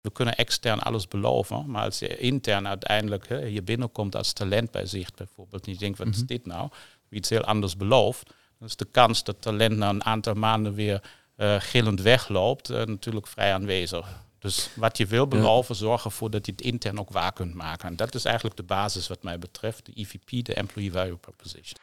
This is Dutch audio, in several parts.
We kunnen extern alles beloven, maar als je intern uiteindelijk hier binnenkomt als talent bij Zicht bijvoorbeeld, en je denkt, wat is dit nou? Wie iets heel anders belooft, dan is de kans dat talent na een aantal maanden weer gillend wegloopt natuurlijk vrij aanwezig. Dus wat je wil beloven, zorg ervoor dat je het intern ook waar kunt maken. En dat is eigenlijk de basis wat mij betreft, de EVP, de Employee Value Proposition.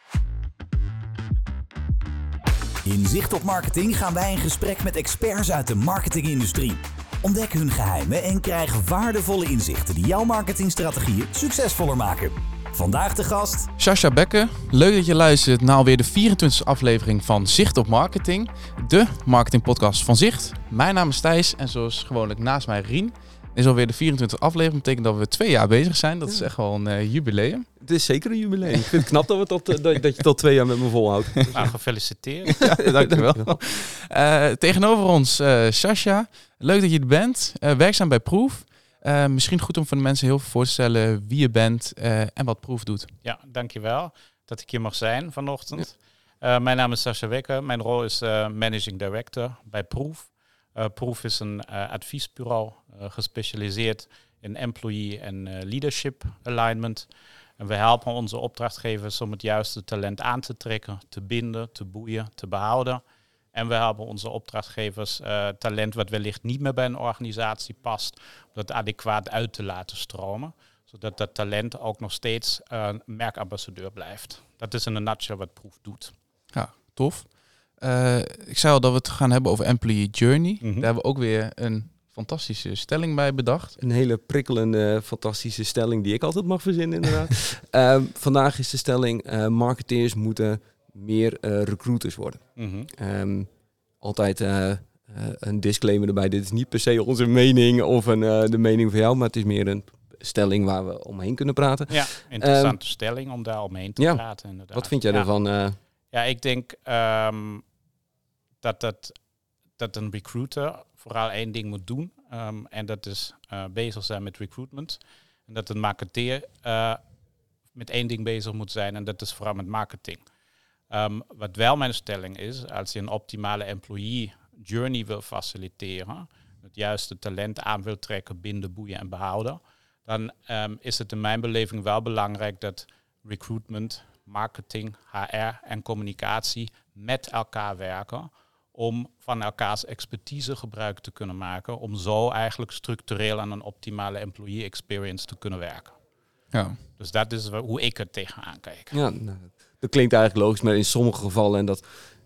In Zicht op Marketing gaan wij in gesprek met experts uit de marketingindustrie. Ontdek hun geheimen en krijg waardevolle inzichten die jouw marketingstrategieën succesvoller maken. Vandaag de gast Sascha Bekke, leuk dat je luistert naar alweer de 24e aflevering van Zicht op Marketing, de marketingpodcast van Zicht. Mijn naam is Thijs en zoals gewoonlijk naast mij Rien. Dit is alweer de 24e aflevering, dat betekent dat we 2 jaar bezig zijn. Dat is echt wel een jubileum. Het is zeker een jubileum. Ik vind het knap dat je het al 2 jaar met me volhoudt. Nou, gefeliciteerd. Ja, dankjewel. Tegenover ons Sascha, leuk dat je er bent. Werkzaam bij Proof. Misschien goed om voor de mensen heel veel voor te stellen wie je bent en wat Proof doet. Ja, dankjewel dat ik hier mag zijn vanochtend. Mijn naam is Sascha Bekke. Mijn rol is Managing Director bij Proof. Proof is een adviesbureau gespecialiseerd in employee en leadership alignment. En we helpen onze opdrachtgevers om het juiste talent aan te trekken, te binden, te boeien, te behouden. En we helpen onze opdrachtgevers talent wat wellicht niet meer bij een organisatie past, om dat adequaat uit te laten stromen. Zodat dat talent ook nog steeds merkambassadeur blijft. Dat is in een nutshell wat Proof doet. Ja, tof. Ik zei al dat we het gaan hebben over Employee Journey. Daar hebben we ook weer een fantastische stelling bij bedacht. Een hele prikkelende, fantastische stelling die ik altijd mag verzinnen inderdaad. Vandaag is de stelling, marketeers moeten meer recruiters worden. Altijd een disclaimer erbij, dit is niet per se onze mening of de mening van jou, maar het is meer een stelling waar we omheen kunnen praten. Ja, interessante stelling om daar omheen te praten. Inderdaad. Wat vind jij ervan? Ja, ik denk dat een recruiter vooral 1 ding moet doen. En dat is bezig zijn met recruitment. En dat een marketeer met 1 ding bezig moet zijn. En dat is vooral met marketing. Wat wel mijn stelling is, als je een optimale employee journey wil faciliteren, het juiste talent aan wil trekken, binden, boeien en behouden, dan is het in mijn beleving wel belangrijk dat recruitment, marketing, HR en communicatie met elkaar werken om van elkaars expertise gebruik te kunnen maken, om zo eigenlijk structureel aan een optimale employee experience te kunnen werken. Ja. Dus dat is hoe ik er tegenaan kijk. Ja, dat klinkt eigenlijk logisch, maar in sommige gevallen, en dat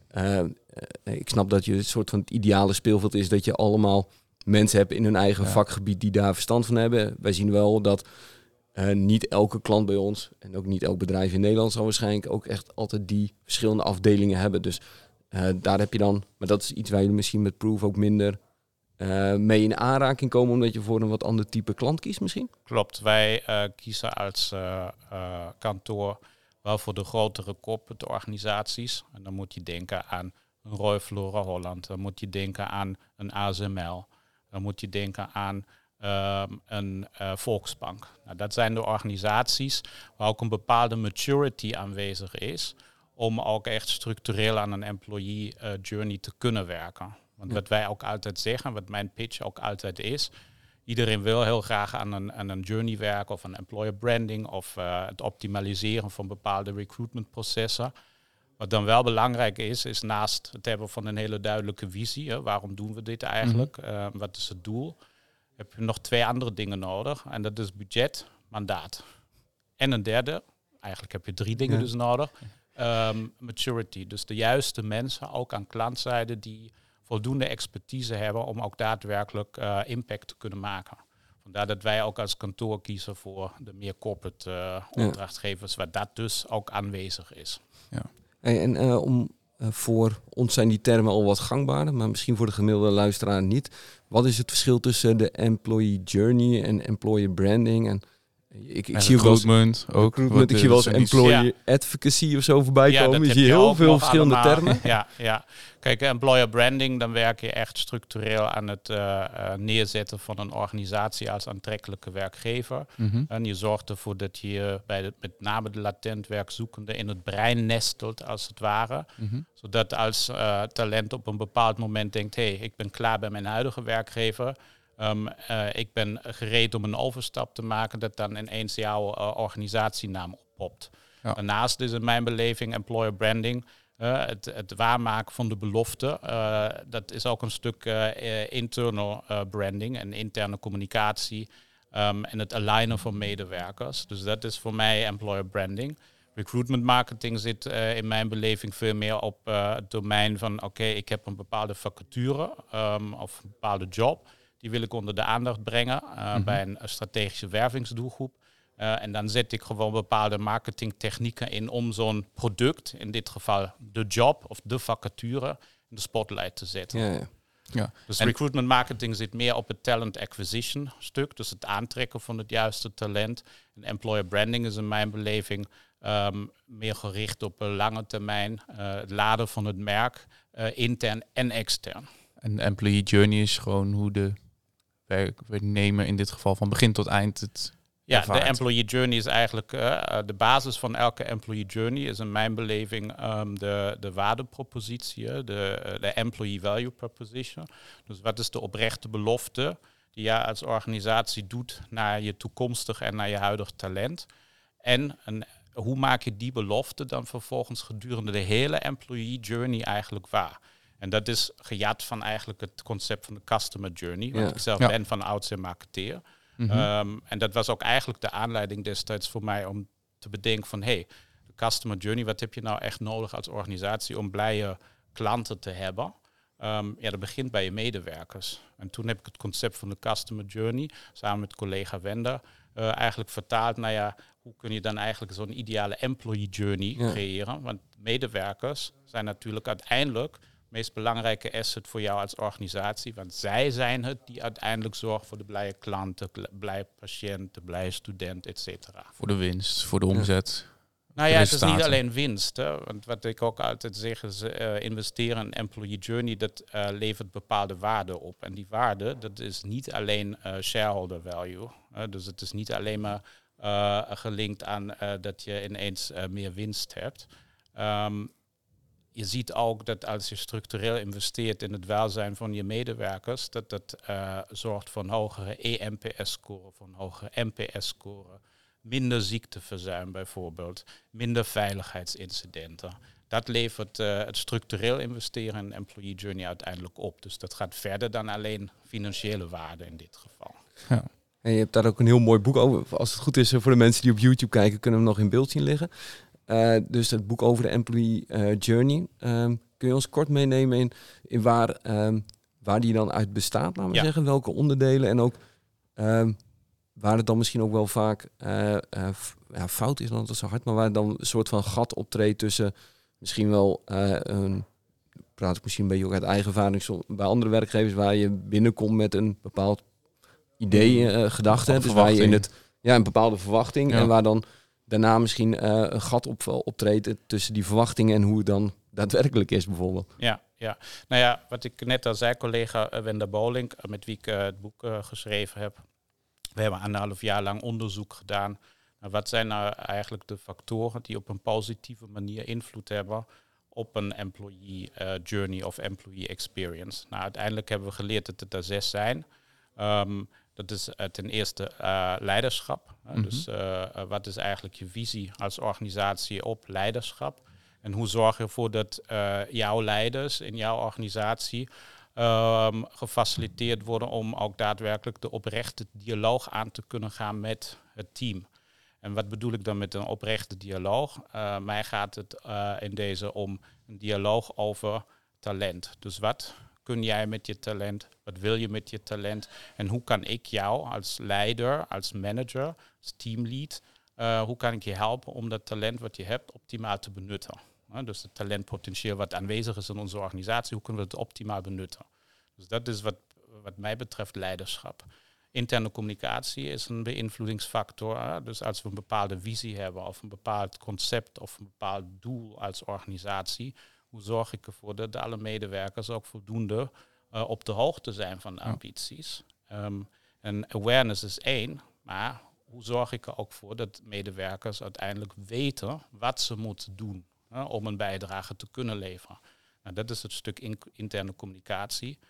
ik snap dat je een soort van het ideale speelveld is, dat je allemaal mensen hebt in hun eigen vakgebied die daar verstand van hebben. Wij zien wel dat niet elke klant bij ons en ook niet elk bedrijf in Nederland zal waarschijnlijk ook echt altijd die verschillende afdelingen hebben. Dus daar heb je dan, maar dat is iets waar jullie misschien met Proof ook minder mee in aanraking komen, omdat je voor een wat ander type klant kiest misschien? Klopt, wij kiezen als kantoor wel voor de grotere corporate organisaties. En dan moet je denken aan een Royal Flora Holland, dan moet je denken aan een ASML, dan moet je denken aan een Volksbank. Nou, dat zijn de organisaties waar ook een bepaalde maturity aanwezig is om ook echt structureel aan een employee journey te kunnen werken. Want wat wij ook altijd zeggen, wat mijn pitch ook altijd is, iedereen wil heel graag aan een journey werken of aan employer branding of het optimaliseren van bepaalde recruitmentprocessen. Wat dan wel belangrijk is naast het hebben van een hele duidelijke visie, waarom doen we dit eigenlijk, wat is het doel, heb je nog 2 andere dingen nodig. En dat is budget, mandaat. En een derde, eigenlijk heb je 3 dingen dus nodig, maturity. Dus de juiste mensen, ook aan klantzijde, die voldoende expertise hebben om ook daadwerkelijk impact te kunnen maken. Vandaar dat wij ook als kantoor kiezen voor de meer corporate opdrachtgevers, waar dat dus ook aanwezig is. Ja. Voor ons zijn die termen al wat gangbaarder, maar misschien voor de gemiddelde luisteraar niet. Wat is het verschil tussen de employee journey en employer branding? En ik zie recruitment ook. Ik zie wel eens employee advocacy of zo voorbij komen. Je ziet heel veel verschillende termen. Ja. Kijk, employer branding, dan werk je echt structureel aan het neerzetten van een organisatie als aantrekkelijke werkgever. En je zorgt ervoor dat je bij met name de latent werkzoekende in het brein nestelt, als het ware. Zodat als talent op een bepaald moment denkt, ik ben klaar bij mijn huidige werkgever. Ik ben gereed om een overstap te maken dat dan ineens jouw organisatienaam oppopt. Ja. Daarnaast is in mijn beleving employer branding, het waarmaken van de belofte. Dat is ook een stuk internal branding en interne communicatie en het alignen van medewerkers. Dus dat is voor mij employer branding. Recruitment marketing zit in mijn beleving veel meer op het domein van ik heb een bepaalde vacature of een bepaalde job. Die wil ik onder de aandacht brengen bij een strategische wervingsdoelgroep. En dan zet ik gewoon bepaalde marketingtechnieken in om zo'n product, in dit geval de job of de vacature, in de spotlight te zetten. Ja. Dus recruitment marketing zit meer op het talent acquisition stuk, dus het aantrekken van het juiste talent. En employer branding is in mijn beleving meer gericht op een lange termijn, het laden van het merk, intern en extern. En de employee journey is gewoon hoe de werknemer in dit geval van begin tot eind het ervaart. De employee journey is eigenlijk de basis van elke employee journey is in mijn beleving de waardepropositie, de employee value proposition. Dus wat is de oprechte belofte die je als organisatie doet naar je toekomstig en naar je huidig talent? En hoe maak je die belofte dan vervolgens gedurende de hele employee journey eigenlijk waar? En dat is gejat van eigenlijk het concept van de customer journey. Want ik zelf ben van oudsher marketeer. En dat was ook eigenlijk de aanleiding destijds voor mij om te bedenken van de customer journey, wat heb je nou echt nodig als organisatie om blije klanten te hebben? Dat begint bij je medewerkers. En toen heb ik het concept van de customer journey samen met collega Wender eigenlijk vertaald naar hoe kun je dan eigenlijk zo'n ideale employee journey creëren? Want medewerkers zijn natuurlijk uiteindelijk meest belangrijke asset voor jou als organisatie. Want zij zijn het die uiteindelijk zorgen voor de blije klanten, blije patiënten, blije student, et cetera. Voor de winst, voor de omzet. Het is niet alleen winst. Hè? Want wat ik ook altijd zeg is investeren in employee journey, dat levert bepaalde waarde op. En die waarde, dat is niet alleen shareholder value. Dus het is niet alleen maar gelinkt aan dat je ineens meer winst hebt. Je ziet ook dat als je structureel investeert in het welzijn van je medewerkers, dat zorgt voor een hogere ENPS-score, voor een hogere NPS-score, minder ziekteverzuim bijvoorbeeld, minder veiligheidsincidenten. Dat levert het structureel investeren in employee journey uiteindelijk op. Dus dat gaat verder dan alleen financiële waarde in dit geval. Ja. En je hebt daar ook een heel mooi boek over. Als het goed is voor de mensen die op YouTube kijken, kunnen we hem nog in beeld zien liggen. Dus het boek over de employee journey. Kun je ons kort meenemen in waar die dan uit bestaat, laten we zeggen? Welke onderdelen en ook waar het dan misschien ook wel vaak fout is, dan dat is zo hard, maar waar dan een soort van gat optreedt tussen misschien wel praat ik misschien een beetje ook uit eigen ervaring bij andere werkgevers waar je binnenkomt met een bepaald idee, gedachte, dus waar je in een bepaalde verwachting en waar dan daarna misschien een gat optreedt tussen die verwachtingen en hoe het dan daadwerkelijk is bijvoorbeeld. Ja. Wat ik net al zei, collega Wender Bolink, met wie ik het boek geschreven heb. We hebben 1,5 jaar lang onderzoek gedaan. Wat zijn nou eigenlijk de factoren die op een positieve manier invloed hebben op een employee journey of employee experience? Nou, uiteindelijk hebben we geleerd dat het er 6 zijn. Dat is ten eerste leiderschap. Dus wat is eigenlijk je visie als organisatie op leiderschap? En hoe zorg je ervoor dat jouw leiders in jouw organisatie gefaciliteerd worden om ook daadwerkelijk de oprechte dialoog aan te kunnen gaan met het team? En wat bedoel ik dan met een oprechte dialoog? Mij gaat het in deze om een dialoog over talent. Dus wat kun jij met je talent? Wat wil je met je talent? En hoe kan ik jou als leider, als manager, als teamlead, hoe kan ik je helpen om dat talent wat je hebt optimaal te benutten? Dus het talentpotentieel wat aanwezig is in onze organisatie, hoe kunnen we het optimaal benutten? Dus dat is wat mij betreft leiderschap. Interne communicatie is een beïnvloedingsfactor. Dus als we een bepaalde visie hebben of een bepaald concept of een bepaald doel als organisatie, hoe zorg ik ervoor dat alle medewerkers ook voldoende op de hoogte zijn van de ambities? En awareness is 1, maar hoe zorg ik er ook voor dat medewerkers uiteindelijk weten wat ze moeten doen om een bijdrage te kunnen leveren? Nou, dat is het stuk interne communicatie.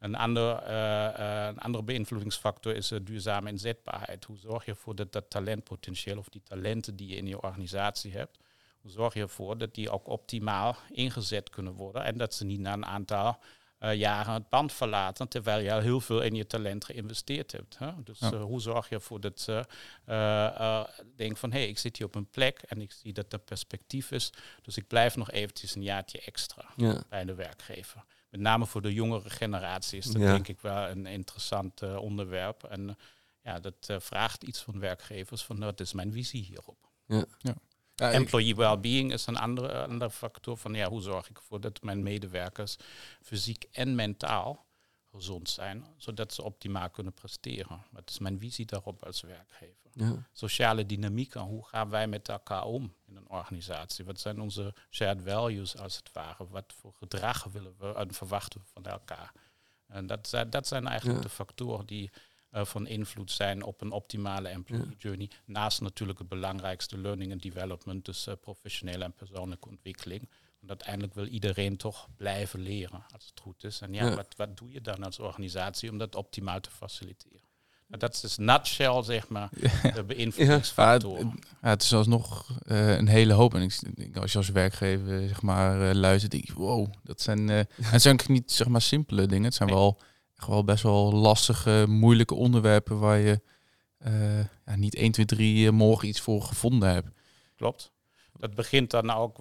Een andere beïnvloedingsfactor is duurzame inzetbaarheid. Hoe zorg je ervoor dat dat talentpotentieel of die talenten die je in je organisatie hebt, hoe zorg je ervoor dat die ook optimaal ingezet kunnen worden en dat ze niet na een aantal jaren het pand verlaten, terwijl je al heel veel in je talent geïnvesteerd hebt. Hè? Dus hoe zorg je ervoor dat ze denken van, ik zit hier op een plek en ik zie dat er perspectief is, dus ik blijf nog eventjes een jaartje extra bij de werkgever. Met name voor de jongere generatie is dat denk ik wel een interessant onderwerp. En dat vraagt iets van werkgevers, van wat is mijn visie hierop. Employee well-being is een andere factor van hoe zorg ik ervoor dat mijn medewerkers fysiek en mentaal gezond zijn, zodat ze optimaal kunnen presteren. Wat is mijn visie daarop als werkgever? Sociale dynamieken, hoe gaan wij met elkaar om in een organisatie? Wat zijn onze shared values als het ware? Wat voor gedrag willen we en verwachten we van elkaar? En dat zijn eigenlijk de factoren die van invloed zijn op een optimale employee journey. Naast natuurlijk het belangrijkste learning and development, dus professionele en persoonlijke ontwikkeling. Want uiteindelijk wil iedereen toch blijven leren, als het goed is. En wat doe je dan als organisatie om dat optimaal te faciliteren? Dat is nutshell, zeg maar, de beïnvloedingsfactoren. Het is alsnog een hele hoop. En als je als werkgever zeg maar luistert, denk je, wow, dat zijn niet zeg maar simpele dingen. Het zijn wel best wel lastige, moeilijke onderwerpen waar je niet 1, 2, 3 morgen iets voor gevonden hebt. Klopt. Dat begint dan ook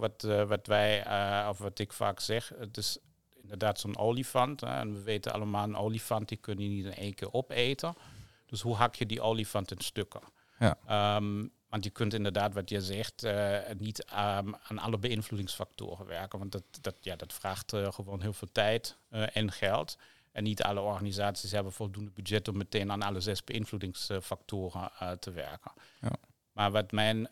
wat ik vaak zeg. Het is inderdaad zo'n olifant. En we weten allemaal, een olifant die kun je niet in één keer opeten. Dus hoe hak je die olifant in stukken? Want je kunt inderdaad, wat je zegt, niet aan alle beïnvloedingsfactoren werken. Want dat vraagt gewoon heel veel tijd en geld. En niet alle organisaties hebben voldoende budget om meteen aan alle 6 beïnvloedingsfactoren te werken. Ja. Maar wat mijn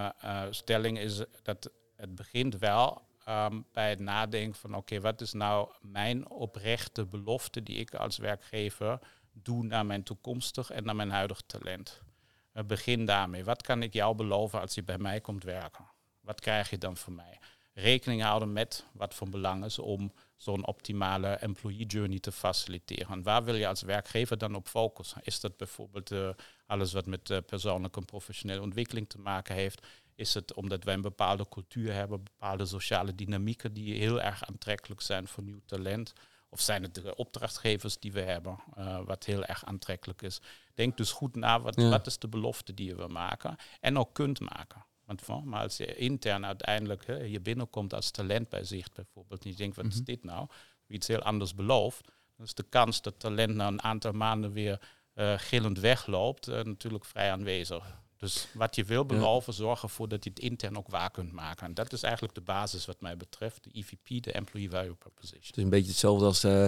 stelling is, dat het begint wel bij het nadenken van wat is nou mijn oprechte belofte die ik als werkgever doe naar mijn toekomstig en naar mijn huidig talent. Begin daarmee. Wat kan ik jou beloven als je bij mij komt werken? Wat krijg je dan van mij? Rekening houden met wat van belang is om zo'n optimale employee journey te faciliteren. En waar wil je als werkgever dan op focussen? Is dat bijvoorbeeld alles wat met persoonlijke en professionele ontwikkeling te maken heeft? Is het omdat wij een bepaalde cultuur hebben, bepaalde sociale dynamieken die heel erg aantrekkelijk zijn voor nieuw talent? Of zijn het de opdrachtgevers die we hebben, wat heel erg aantrekkelijk is? Denk dus goed na, wat is de belofte die je wil maken en ook kunt maken. Maar als je intern uiteindelijk hier binnenkomt als talent bij Zicht bijvoorbeeld, en je denkt, wat is dit nou? Wie iets heel anders belooft, dan is de kans dat talent na een aantal maanden weer gillend wegloopt natuurlijk vrij aanwezig. Dus wat je wil beloven, zorg ervoor dat je het intern ook waar kunt maken. En dat is eigenlijk de basis wat mij betreft, de EVP, de Employee Value Proposition. Het is een beetje hetzelfde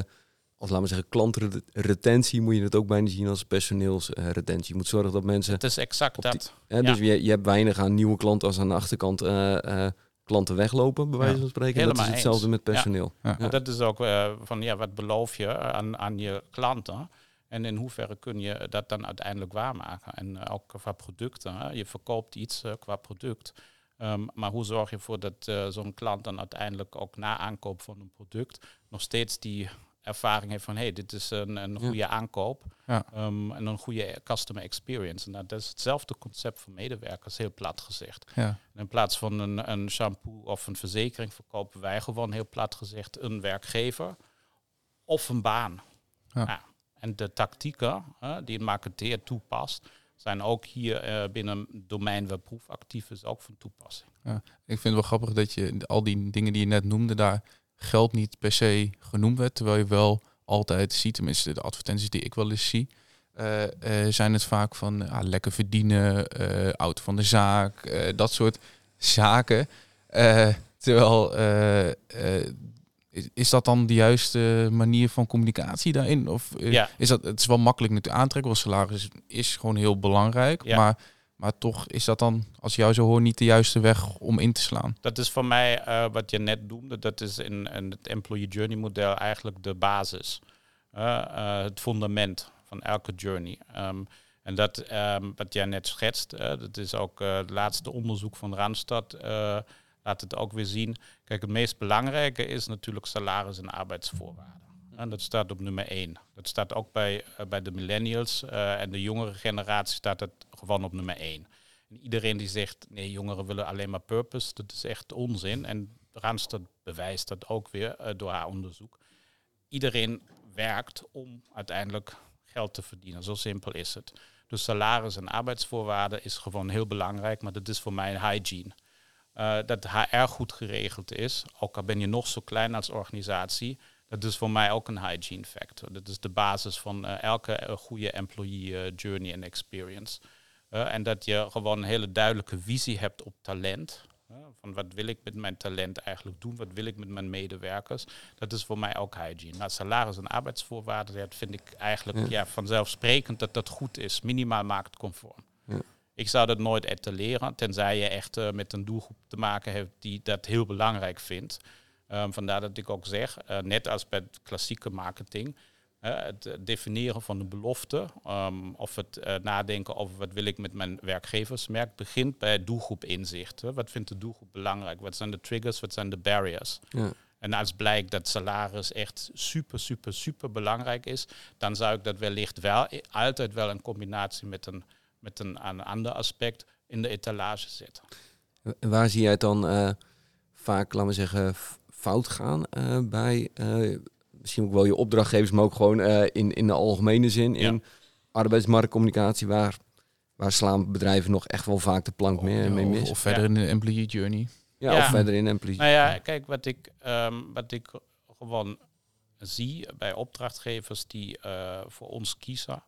als laten we zeggen, klantretentie moet je het ook bijna zien als personeelsretentie. Je moet zorgen dat mensen... Het is exact dat. Dus je hebt weinig aan nieuwe klanten als aan de achterkant klanten weglopen, bij wijze van spreken. Helemaal dat is hetzelfde met personeel. Ja. Dat is ook wat beloof je aan je klanten? En in hoeverre kun je dat dan uiteindelijk waarmaken? En ook qua producten. Je verkoopt iets qua product. Maar hoe zorg je ervoor dat zo'n klant dan uiteindelijk ook na aankoop van een product nog steeds die ervaring heeft van dit is een goede aankoop en een goede customer experience. En dat is hetzelfde concept voor medewerkers, heel plat gezegd. Ja. In plaats van een shampoo of een verzekering verkopen wij gewoon heel plat gezegd een werkgever of een baan. Ja. En de tactieken die een marketeer toepast, zijn ook hier binnen een domein waar proef actief is ook van toepassing. Ja, ik vind het wel grappig dat je al die dingen die je net noemde, daar geld niet per se genoemd werd, terwijl je wel altijd ziet, tenminste de advertenties die ik wel eens zie, zijn het vaak van lekker verdienen, auto van de zaak, dat soort zaken. Terwijl is dat dan de juiste manier van communicatie daarin? Of is dat? Het is wel makkelijk natuurlijk aantrekken, want salaris is gewoon heel belangrijk. Ja. Maar toch is dat dan, als je jou zo hoort, niet de juiste weg om in te slaan. Dat is voor mij wat je net noemde. Dat is in het employee journey model eigenlijk de basis. Het fundament van elke journey. En dat wat jij net schetst, dat is ook het laatste onderzoek van Randstad. Laat het ook weer zien. Kijk, het meest belangrijke is natuurlijk salaris en arbeidsvoorwaarden. En dat staat op nummer 1. Dat staat ook bij de millennials en de jongere generatie staat het gewoon op nummer 1. En iedereen die zegt, nee, jongeren willen alleen maar purpose, dat is echt onzin. En Randstad bewijst dat ook weer door haar onderzoek. Iedereen werkt om uiteindelijk geld te verdienen. Zo simpel is het. Dus salaris en arbeidsvoorwaarden is gewoon heel belangrijk, maar dat is voor mij een hygiene. Dat HR goed geregeld is, ook al ben je nog zo klein als organisatie, dat is voor mij ook een hygiene factor. Dat is de basis van elke goede employee journey en experience. En dat je gewoon een hele duidelijke visie hebt op talent. Van wat wil ik met mijn talent eigenlijk doen? Wat wil ik met mijn medewerkers? Dat is voor mij ook hygiene. Nou, salaris en arbeidsvoorwaarden, dat vind ik eigenlijk vanzelfsprekend dat dat goed is. Minimaal marktconform. Ja. Ik zou dat nooit etaleren, tenzij je echt met een doelgroep te maken hebt die dat heel belangrijk vindt. Vandaar dat ik ook zeg, net als bij het klassieke marketing, het definiëren van de belofte of het nadenken over wat wil ik met mijn werkgeversmerk begint bij doelgroepinzicht. Wat vindt de doelgroep belangrijk? Wat zijn de triggers? Wat zijn de barriers? Ja. En als blijkt dat salaris echt super belangrijk is, dan zou ik dat wellicht altijd wel in combinatie met een ander aspect in de etalage zetten. Waar zie jij het dan vaak, laten we zeggen, fout gaan bij... misschien ook wel je opdrachtgevers, maar ook gewoon in de algemene zin. In arbeidsmarktcommunicatie, waar slaan bedrijven nog echt wel vaak de plank mee mis. Of verder in de employee journey. Of verder in de employee journey. Nou ja, kijk, wat ik gewoon zie bij opdrachtgevers die voor ons kiezen.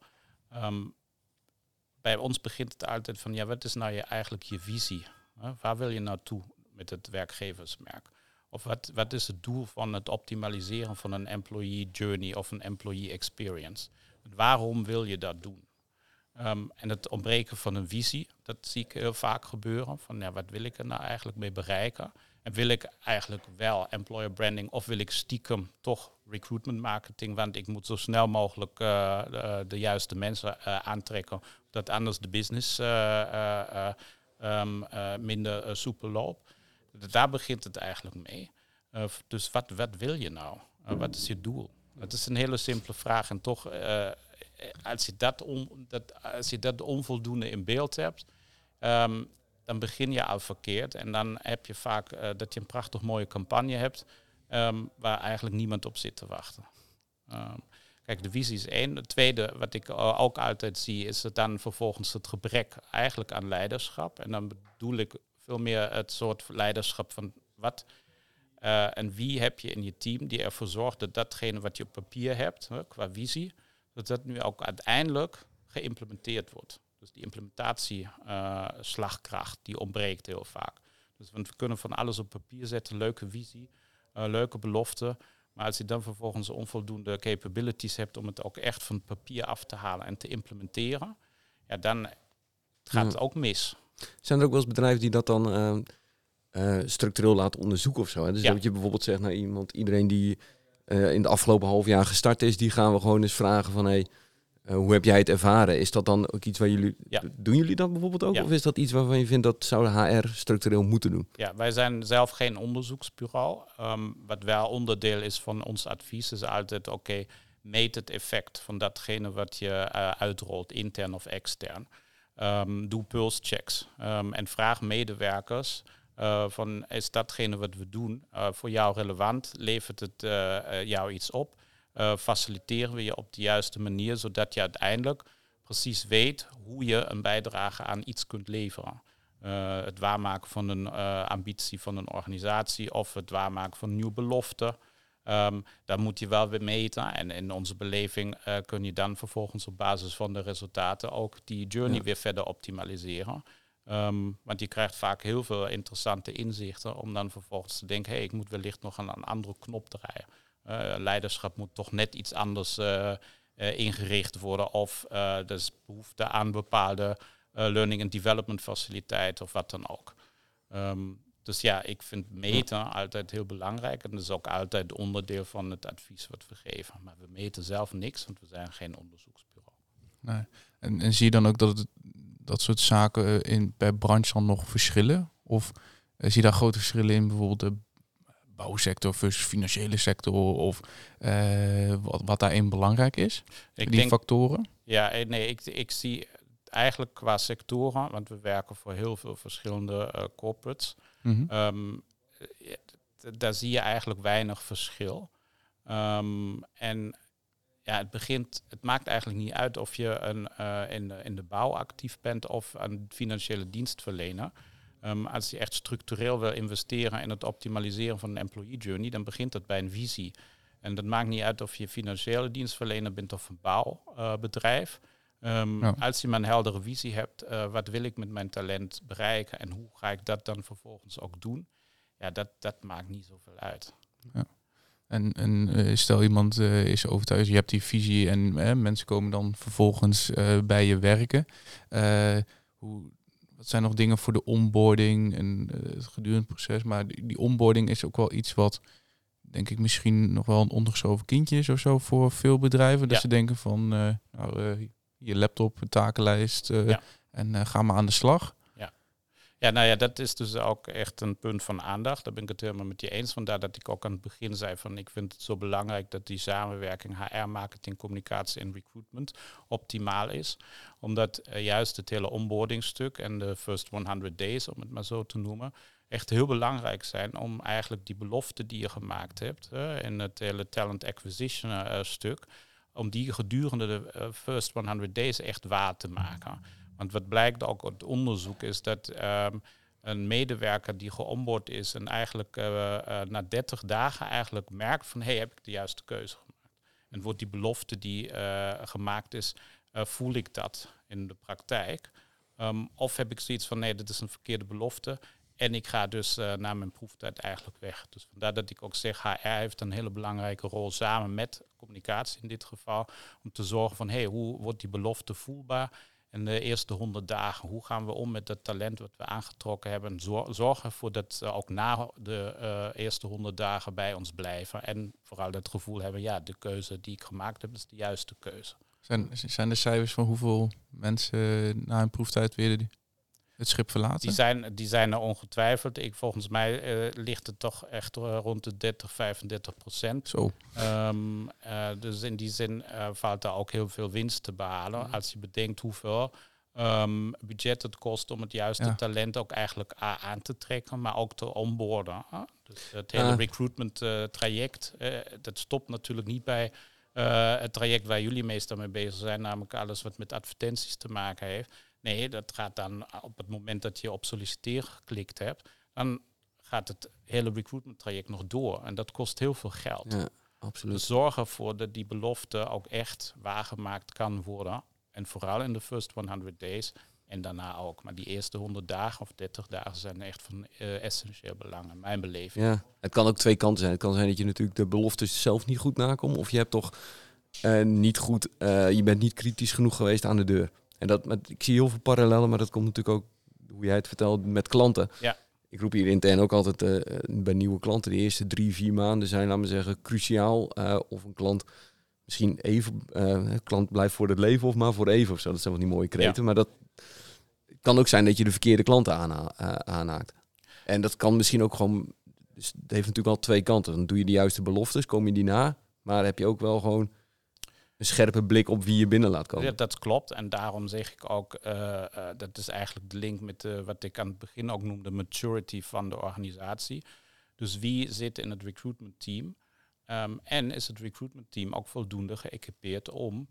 Bij ons begint het altijd van, wat is nou eigenlijk je visie? Waar wil je naartoe met het werkgeversmerk? Of wat is het doel van het optimaliseren van een employee journey of een employee experience? Waarom wil je dat doen? En het ontbreken van een visie, dat zie ik heel vaak gebeuren. Van wat wil ik er nou eigenlijk mee bereiken? En wil ik eigenlijk wel employer branding of wil ik stiekem toch recruitment marketing? Want ik moet zo snel mogelijk de juiste mensen aantrekken. Dat anders de business minder soepel loopt. Daar begint het eigenlijk mee. Dus wat wil je nou? Wat is je doel? Het is een hele simpele vraag. En toch, als je dat onvoldoende in beeld hebt, dan begin je al verkeerd. En dan heb je vaak dat je een prachtig mooie campagne hebt, waar eigenlijk niemand op zit te wachten. Kijk, de visie is 1. Het tweede, wat ik ook altijd zie, is het dan vervolgens het gebrek eigenlijk aan leiderschap. En dan bedoel ik veel meer het soort leiderschap van wat en wie heb je in je team die ervoor zorgt dat datgene wat je op papier hebt, qua visie, dat dat nu ook uiteindelijk geïmplementeerd wordt. Dus die implementatieslagkracht, die ontbreekt heel vaak. Dus want we kunnen van alles op papier zetten, leuke visie, leuke beloften. Maar als je dan vervolgens onvoldoende capabilities hebt om het ook echt van het papier af te halen en te implementeren, dan gaat het ook mis. Zijn er ook wel eens bedrijven die dat dan structureel laten onderzoeken of zo? Hè? Dus dat je bijvoorbeeld zegt naar iedereen die in de afgelopen half jaar gestart is, die gaan we gewoon eens vragen van hoe heb jij het ervaren? Is dat dan ook iets waar jullie... Doen jullie dat bijvoorbeeld ook? Ja. Of is dat iets waarvan je vindt dat zou de HR structureel moeten doen? Ja, wij zijn zelf geen onderzoeksbureau. Wat wel onderdeel is van ons advies is altijd, meet het effect van datgene wat je uitrolt, intern of extern. Doe pulse checks en vraag medewerkers van is datgene wat we doen voor jou relevant? Levert het jou iets op? Faciliteren we je op de juiste manier, zodat je uiteindelijk precies weet hoe je een bijdrage aan iets kunt leveren. Het waarmaken van een ambitie van een organisatie of het waarmaken van een nieuwe belofte. Daar moet je wel weer meten. En in onze beleving kun je dan vervolgens op basis van de resultaten ook die journey weer verder optimaliseren. Want je krijgt vaak heel veel interessante inzichten om dan vervolgens te denken, ik moet wellicht nog aan een andere knop draaien. Leiderschap moet toch net iets anders ingericht worden of er is behoefte aan bepaalde learning and development faciliteiten of wat dan ook. Dus ik vind meten altijd heel belangrijk en dat is ook altijd onderdeel van het advies wat we geven. Maar we meten zelf niks, want we zijn geen onderzoeksbureau. Nee. En zie je dan ook dat soort zaken per branche dan nog verschillen? Of zie je daar grote verschillen in bijvoorbeeld bouwsector versus financiële sector of wat daarin belangrijk is? Ik die denk, factoren? Ja, nee, ik zie eigenlijk qua sectoren, want we werken voor heel veel verschillende corporates. Mm-hmm. Daar zie je eigenlijk weinig verschil. En ja, het maakt eigenlijk niet uit of je in de bouw actief bent of een financiële dienstverlener. Als je echt structureel wil investeren in het optimaliseren van een employee journey, dan begint dat bij een visie. En dat maakt niet uit of je financiële dienstverlener bent of een bouwbedrijf. Als je maar een heldere visie hebt, wat wil ik met mijn talent bereiken en hoe ga ik dat dan vervolgens ook doen? Ja, dat maakt niet zoveel uit. Ja. En stel iemand is overtuigd, je hebt die visie en mensen komen dan vervolgens bij je werken. Wat zijn nog dingen voor de onboarding en het gedurende proces? Maar die onboarding is ook wel iets wat, denk ik, misschien nog wel een ondergeschoven kindje is of zo voor veel bedrijven. Dat ze denken van, je laptop, takenlijst en ga maar aan de slag. Ja, nou ja, dat is dus ook echt een punt van aandacht. Daar ben ik het helemaal met je eens. Vandaar dat ik ook aan het begin zei van ik vind het zo belangrijk dat die samenwerking HR, marketing, communicatie en recruitment optimaal is. Omdat juist het hele onboardingstuk en de first 100 days, om het maar zo te noemen, echt heel belangrijk zijn om eigenlijk die belofte die je gemaakt hebt in het hele talent acquisition stuk, om die gedurende de first 100 days echt waar te maken. Want wat blijkt ook uit onderzoek is dat een medewerker die geonboard is en eigenlijk na 30 dagen eigenlijk merkt van heb ik de juiste keuze gemaakt. En wordt die belofte die gemaakt is, voel ik dat in de praktijk? Of heb ik zoiets van dit is een verkeerde belofte en ik ga dus na mijn proeftijd eigenlijk weg. Dus vandaar dat ik ook zeg, HR heeft een hele belangrijke rol samen met communicatie in dit geval, om te zorgen van hoe wordt die belofte voelbaar? En de eerste 100 dagen, hoe gaan we om met dat talent wat we aangetrokken hebben? Zorg ervoor dat ze ook na de eerste 100 dagen bij ons blijven. En vooral dat gevoel hebben, de keuze die ik gemaakt heb, is de juiste keuze. Zijn er cijfers van hoeveel mensen na een proeftijd weer het schip verlaten? Die zijn er ongetwijfeld. Volgens mij ligt het toch echt rond de 30-35%. Zo. Dus in die zin valt daar ook heel veel winst te behalen. Als je bedenkt hoeveel budget het kost om het juiste talent ook eigenlijk aan te trekken, maar ook te onboarden. Dus het hele recruitment traject, dat stopt natuurlijk niet bij het traject waar jullie meestal mee bezig zijn, namelijk alles wat met advertenties te maken heeft. Nee, dat gaat dan op het moment dat je op solliciteer geklikt hebt, dan gaat het hele recruitment traject nog door. En dat kost heel veel geld. Ja, absoluut. Dus zorg ervoor dat die belofte ook echt waargemaakt kan worden. En vooral in de first 100 days en daarna ook. Maar die eerste 100 dagen of 30 dagen zijn echt van essentieel belang in mijn beleving. Ja, het kan ook twee kanten zijn. Het kan zijn dat je natuurlijk de beloftes zelf niet goed nakomt. Of je hebt toch niet goed, je bent niet kritisch genoeg geweest aan de deur. En ik zie heel veel parallellen, maar dat komt natuurlijk ook, hoe jij het vertelt, met klanten. Ja. Ik roep hier intern ook altijd bij nieuwe klanten, de eerste 3-4 maanden zijn, laten we zeggen, cruciaal. Of een klant misschien even, klant blijft voor het leven of maar voor even of zo. Dat zijn wel die mooie kreten. Ja. Maar dat kan ook zijn dat je de verkeerde klanten aanhaakt. En dat kan misschien ook gewoon, dus het heeft natuurlijk al twee kanten. Dan doe je de juiste beloftes, kom je die na, maar heb je ook wel gewoon een scherpe blik op wie je binnen laat komen. Ja, dat klopt. En daarom zeg ik ook, dat is eigenlijk de link met wat ik aan het begin ook noemde, maturity van de organisatie. Dus wie zit in het recruitment team? En is het recruitment team ook voldoende geëquipeerd om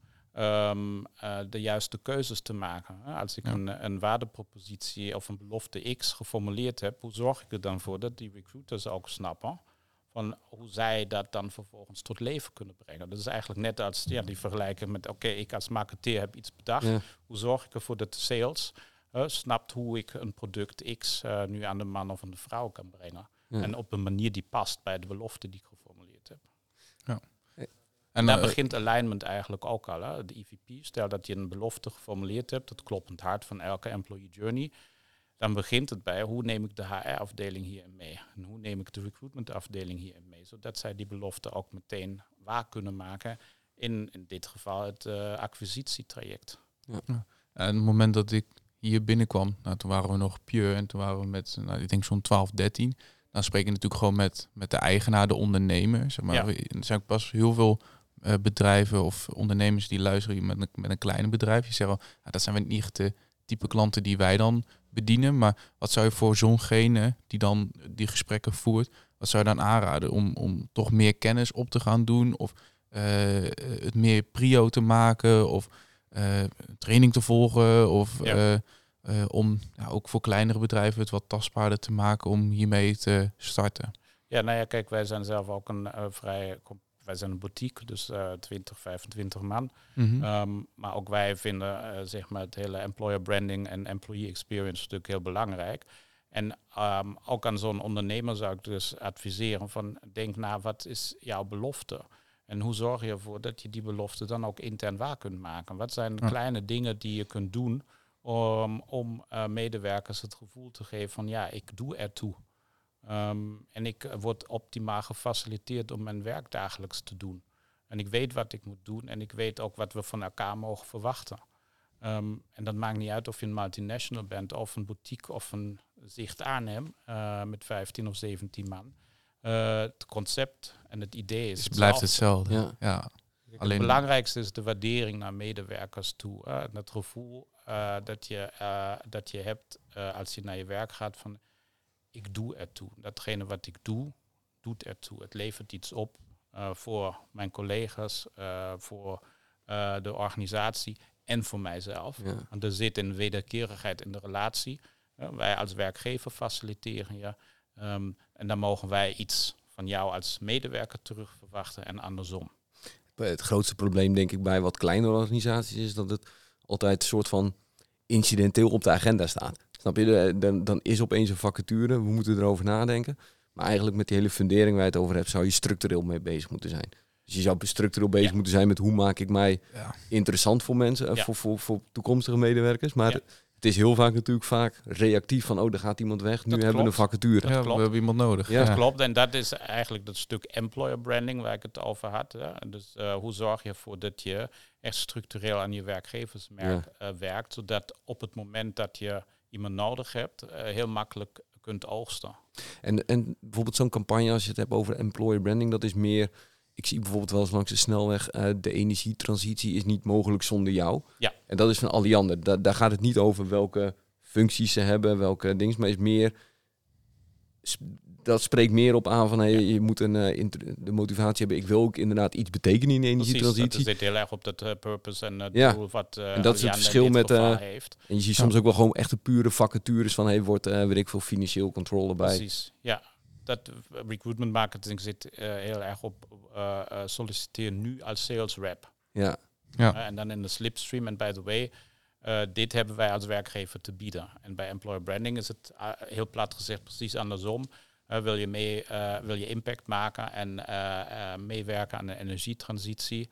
de juiste keuzes te maken? Als ik een waardepropositie of een belofte X geformuleerd heb, hoe zorg ik er dan voor dat die recruiters ook snappen van hoe zij dat dan vervolgens tot leven kunnen brengen. Dat is eigenlijk net als die vergelijken met, ik als marketeer heb iets bedacht. Ja. Hoe zorg ik ervoor dat de sales snapt hoe ik een product X nu aan de man of aan de vrouw kan brengen. Ja. En op een manier die past bij de belofte die ik geformuleerd heb. Ja. En daar begint alignment eigenlijk ook al. Hè? De EVP, stel dat je een belofte geformuleerd hebt, het kloppend hart van elke employee journey. Dan begint het bij hoe neem ik de HR-afdeling hierin mee? En hoe neem ik de recruitment-afdeling hierin mee? Zodat zij die belofte ook meteen waar kunnen maken. In dit geval het acquisitietraject. Ja. En het moment dat ik hier binnenkwam, toen waren we nog pure en toen waren we met, ik denk zo'n 12, 13. dan spreek je natuurlijk gewoon met de eigenaar, de ondernemer. Zeg maar. Er zijn ook pas heel veel bedrijven of ondernemers die luisteren met een kleine bedrijf. Je zegt wel, dat zijn niet de type klanten die wij dan bedienen. Maar wat zou je voor zo'ngene die dan die gesprekken voert, wat zou je dan aanraden om toch meer kennis op te gaan doen? Of het meer prio te maken? Of training te volgen? Of om ook voor kleinere bedrijven het wat tastbaarder te maken om hiermee te starten? Ja, nou ja, kijk, wij zijn zelf ook wij zijn een boutique, dus 20, 25 man. Mm-hmm. Maar ook wij vinden zeg maar het hele employer branding en employee experience natuurlijk heel belangrijk. En ook aan zo'n ondernemer zou ik dus adviseren van denk na, wat is jouw belofte? En hoe zorg je ervoor dat je die belofte dan ook intern waar kunt maken? Wat zijn de kleine dingen die je kunt doen om medewerkers het gevoel te geven van ja, ik doe ertoe. En ik word optimaal gefaciliteerd om mijn werk dagelijks te doen. En ik weet wat ik moet doen en ik weet ook wat we van elkaar mogen verwachten. En dat maakt niet uit of je een multinational bent of een boutique of een Zicht Arnhem met 15 of 17 man. Het concept en het idee is het blijft hetzelfde. Ja. Alleen het belangrijkste is de waardering naar medewerkers toe. En het gevoel dat je hebt als je naar je werk gaat van ik doe ertoe. Datgene wat ik doe, doet ertoe. Het levert iets op voor mijn collega's, voor de organisatie en voor mijzelf. Ja. Want er zit een wederkerigheid in de relatie. Wij als werkgever faciliteren je. En dan mogen wij iets van jou als medewerker terug verwachten en andersom. Het grootste probleem denk ik bij wat kleinere organisaties is dat het altijd een soort van incidenteel op de agenda staat. Snap je? Dan is opeens een vacature, we moeten erover nadenken. Maar eigenlijk met die hele fundering waar je het over hebt, zou je structureel mee bezig moeten zijn. Dus je zou structureel bezig moeten zijn met hoe maak ik mij interessant voor mensen, voor toekomstige medewerkers. Maar het is heel vaak natuurlijk reactief van, er gaat iemand weg, nu hebben we een vacature. Ja, we hebben iemand nodig. Ja. Dat klopt en dat is eigenlijk dat stuk employer branding waar ik het over had. Dus hoe zorg je ervoor dat je echt structureel aan je werkgeversmerk werkt, zodat op het moment dat je iemand nodig hebt, heel makkelijk kunt oogsten. En bijvoorbeeld zo'n campagne, als je het hebt over employer branding, dat is meer, ik zie bijvoorbeeld wel eens langs de snelweg, de energietransitie is niet mogelijk zonder jou. Ja. En dat is van Alliander. Daar gaat het niet over welke functies ze hebben, welke dingen, maar is meer, dat spreekt meer op aan van je moet de motivatie hebben. Ik wil ook inderdaad iets betekenen in de energietransitie. Precies, dat zit heel erg op dat purpose en het doel wat en dat is het verschil met heeft. En je ziet soms ook wel gewoon echte pure vacatures van wordt weet ik veel financieel controle bij. Precies, ja. Dat recruitment marketing zit heel erg op solliciteer nu als sales rep. Ja. En dan in de slipstream. En by the way, dit hebben wij als werkgever te bieden. En bij employer branding is het heel plat gezegd precies andersom. Wil je impact maken en meewerken aan de energietransitie?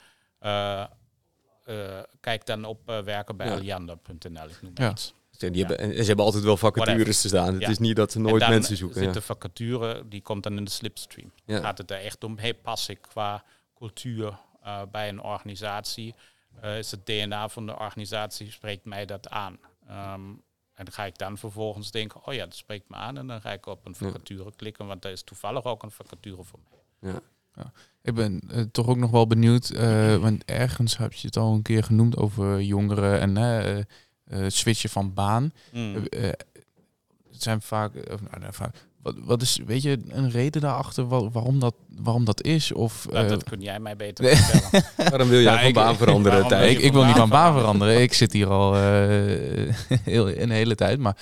Kijk dan op werken bij Alliander.nl. Ik noem iets. Ze hebben altijd wel vacatures te staan. Het is niet dat ze nooit mensen zoeken. Zit de vacature, die komt dan in de slipstream. Ja. Gaat het er echt om, pas ik qua cultuur bij een organisatie? Is het DNA van de organisatie, spreekt mij dat aan? En dan ga ik dan vervolgens denken, dat spreekt me aan. En dan ga ik op een vacature klikken, want er is toevallig ook een vacature voor mij. Ja. Ja. Ik ben toch ook nog wel benieuwd, want ergens heb je het al een keer genoemd over jongeren en switchen van baan. Het zijn vaak, wat is, weet je, een reden daarachter waarom dat is? Of, dat kun jij mij beter vertellen. Waarom wil jij van baan veranderen? Ik wil niet van baan veranderen. Ik zit hier al een hele tijd. Maar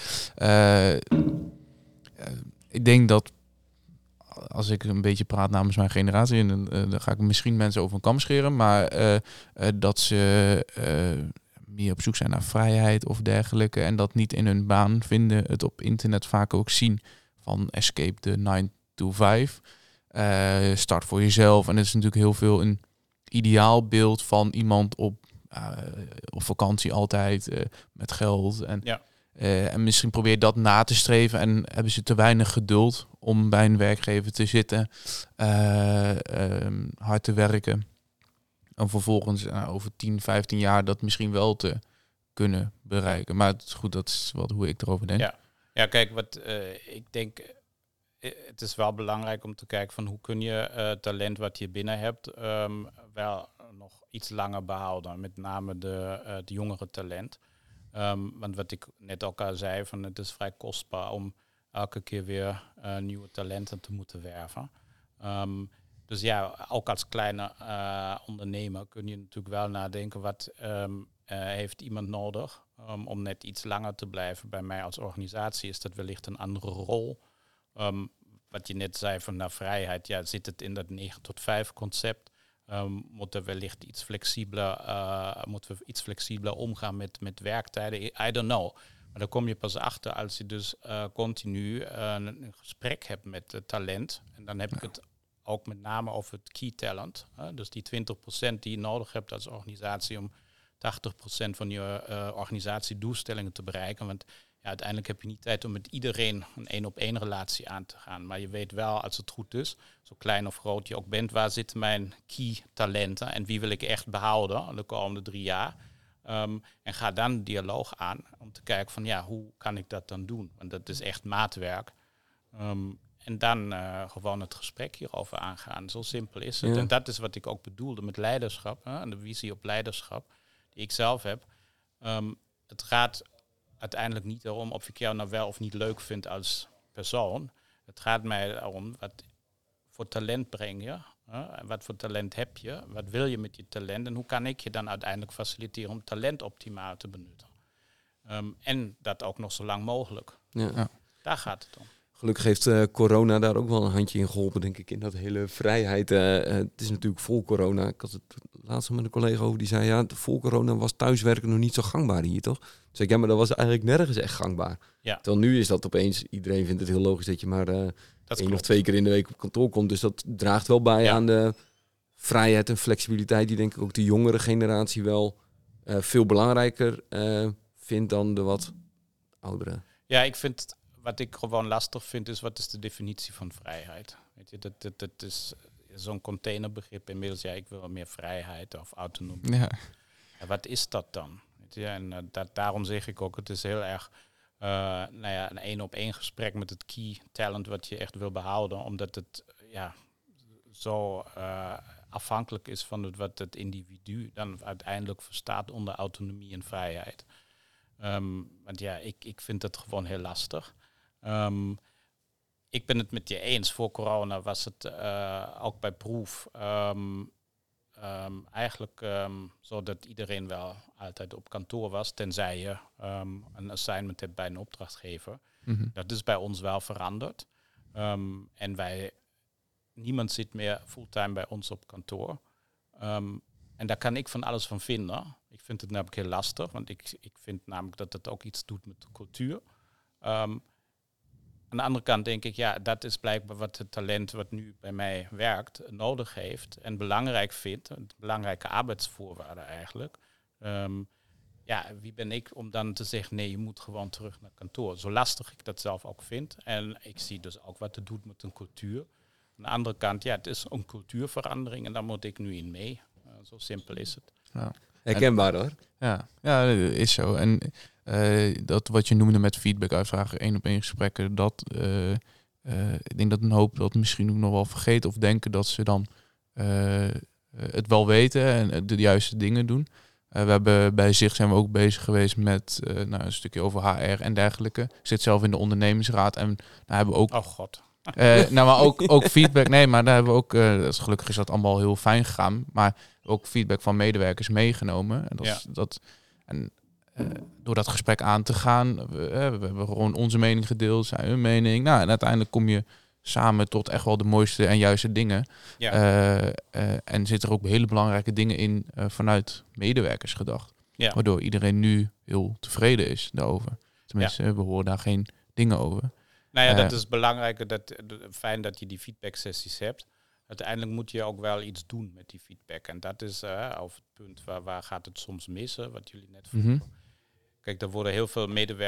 ik denk dat als ik een beetje praat namens mijn generatie, en dan ga ik misschien mensen over een kam scheren, maar dat ze meer op zoek zijn naar vrijheid of dergelijke en dat niet in hun baan vinden, het op internet vaak ook zien van escape the 9 to 5. Start voor jezelf. En het is natuurlijk heel veel een ideaalbeeld van iemand op vakantie altijd met geld. En misschien probeer je dat na te streven en hebben ze te weinig geduld om bij een werkgever te zitten, hard te werken. En vervolgens over 10, 15 jaar dat misschien wel te kunnen bereiken. Maar het is goed, dat is hoe ik erover denk. Ja kijk, wat ik denk, het is wel belangrijk om te kijken van hoe kun je talent wat je binnen hebt wel nog iets langer behouden. Met name het jongere talent. Want wat ik net ook al zei, van het is vrij kostbaar om elke keer weer nieuwe talenten te moeten werven. Dus ja, ook als kleine ondernemer kun je natuurlijk wel nadenken, wat heeft iemand nodig om net iets langer te blijven. Bij mij als organisatie is dat wellicht een andere rol. Wat je net zei van naar vrijheid, ja, zit het in dat 9 tot 5 concept. Moeten we wellicht iets flexibeler omgaan met werktijden? I don't know. Maar daar kom je pas achter als je dus continu een gesprek hebt met het talent. En dan heb ik het ook met name over het key talent. Dus die 20% die je nodig hebt als organisatie om 80% van je organisatiedoelstellingen te bereiken. Want ja, uiteindelijk heb je niet tijd om met iedereen een 1-op-1 relatie aan te gaan. Maar je weet wel, als het goed is, zo klein of groot je ook bent, waar zitten mijn key talenten en wie wil ik echt behouden de komende 3 jaar. En ga dan een dialoog aan om te kijken van ja, hoe kan ik dat dan doen? Want dat is echt maatwerk. En dan gewoon het gesprek hierover aangaan. Zo simpel is het. Ja. En dat is wat ik ook bedoelde met leiderschap. En de visie op leiderschap die ik zelf heb. Het gaat uiteindelijk niet erom of ik jou nou wel of niet leuk vind als persoon. Het gaat mij erom, wat voor talent breng je? Wat voor talent heb je? Wat wil je met je talent? En hoe kan ik je dan uiteindelijk faciliteren om talent optimaal te benutten? En dat ook nog zo lang mogelijk. Ja. Daar gaat het om. Gelukkig heeft corona daar ook wel een handje in geholpen, denk ik, in dat hele vrijheid. Het is natuurlijk vol corona. Ik had het laatst met een collega over, die zei, ja, voor corona was thuiswerken nog niet zo gangbaar hier, toch? Dus ik, ja, maar dat was eigenlijk nergens echt gangbaar. Ja. Terwijl nu is dat opeens, iedereen vindt het heel logisch dat je maar 1 of 2 keer in de week op kantoor komt. Dus dat draagt wel bij aan de vrijheid en flexibiliteit die denk ik ook de jongere generatie wel veel belangrijker vindt dan de wat oudere. Ja, ik vind... Wat ik gewoon lastig vind is, wat is de definitie van vrijheid? Weet je, dat is zo'n containerbegrip inmiddels. Ja, ik wil meer vrijheid of autonomie. Ja. Wat is dat dan? Weet je, en daarom zeg ik ook, het is heel erg een 1-op-1 gesprek met het key talent wat je echt wil behouden. Omdat het zo afhankelijk is van wat het individu dan uiteindelijk verstaat onder autonomie en vrijheid. Want ja, ik vind het gewoon heel lastig. Ik ben het met je eens. Voor corona was het ook bij proef eigenlijk zo dat iedereen wel altijd op kantoor was, tenzij je een assignment hebt bij een opdrachtgever. Mm-hmm. Dat is bij ons wel veranderd. En niemand zit meer fulltime bij ons op kantoor. En daar kan ik van alles van vinden. Ik vind het namelijk heel lastig, want ik vind namelijk dat het ook iets doet met de cultuur. Aan de andere kant denk ik, ja, dat is blijkbaar wat het talent wat nu bij mij werkt nodig heeft en belangrijk vindt. Een belangrijke arbeidsvoorwaarde eigenlijk. Wie ben ik om dan te zeggen, nee, je moet gewoon terug naar kantoor. Zo lastig ik dat zelf ook vind. En ik zie dus ook wat het doet met een cultuur. Aan de andere kant, ja, het is een cultuurverandering en daar moet ik nu in mee. Zo simpel is het. Ja. Herkenbaar hoor. Ja, dat is zo. En dat wat je noemde met feedback uitvragen, 1-op-1 gesprekken, dat ik denk dat een hoop dat misschien ook nog wel vergeten of denken dat ze dan het wel weten en de juiste dingen doen. We hebben bij Zicht zijn we ook bezig geweest met een stukje over HR en dergelijke. Ik zit zelf in de ondernemingsraad en daar hebben we ook... Oh god. Maar ook feedback. Nee, maar daar hebben we ook... gelukkig is dat allemaal heel fijn gegaan. Maar ook feedback van medewerkers meegenomen. En door dat gesprek aan te gaan, we hebben gewoon onze mening gedeeld, zijn hun mening. Nou, en uiteindelijk kom je samen tot echt wel de mooiste en juiste dingen. Ja. En zitten er ook hele belangrijke dingen in vanuit medewerkers gedacht. Ja. Waardoor iedereen nu heel tevreden is daarover. Tenminste, we horen daar geen dingen over. Nou ja, dat is belangrijk. Fijn dat je die feedback-sessies hebt. Uiteindelijk moet je ook wel iets doen met die feedback. En dat is over het punt waar gaat het soms missen, wat jullie net vroegen. Mm-hmm. Kijk, er worden heel veel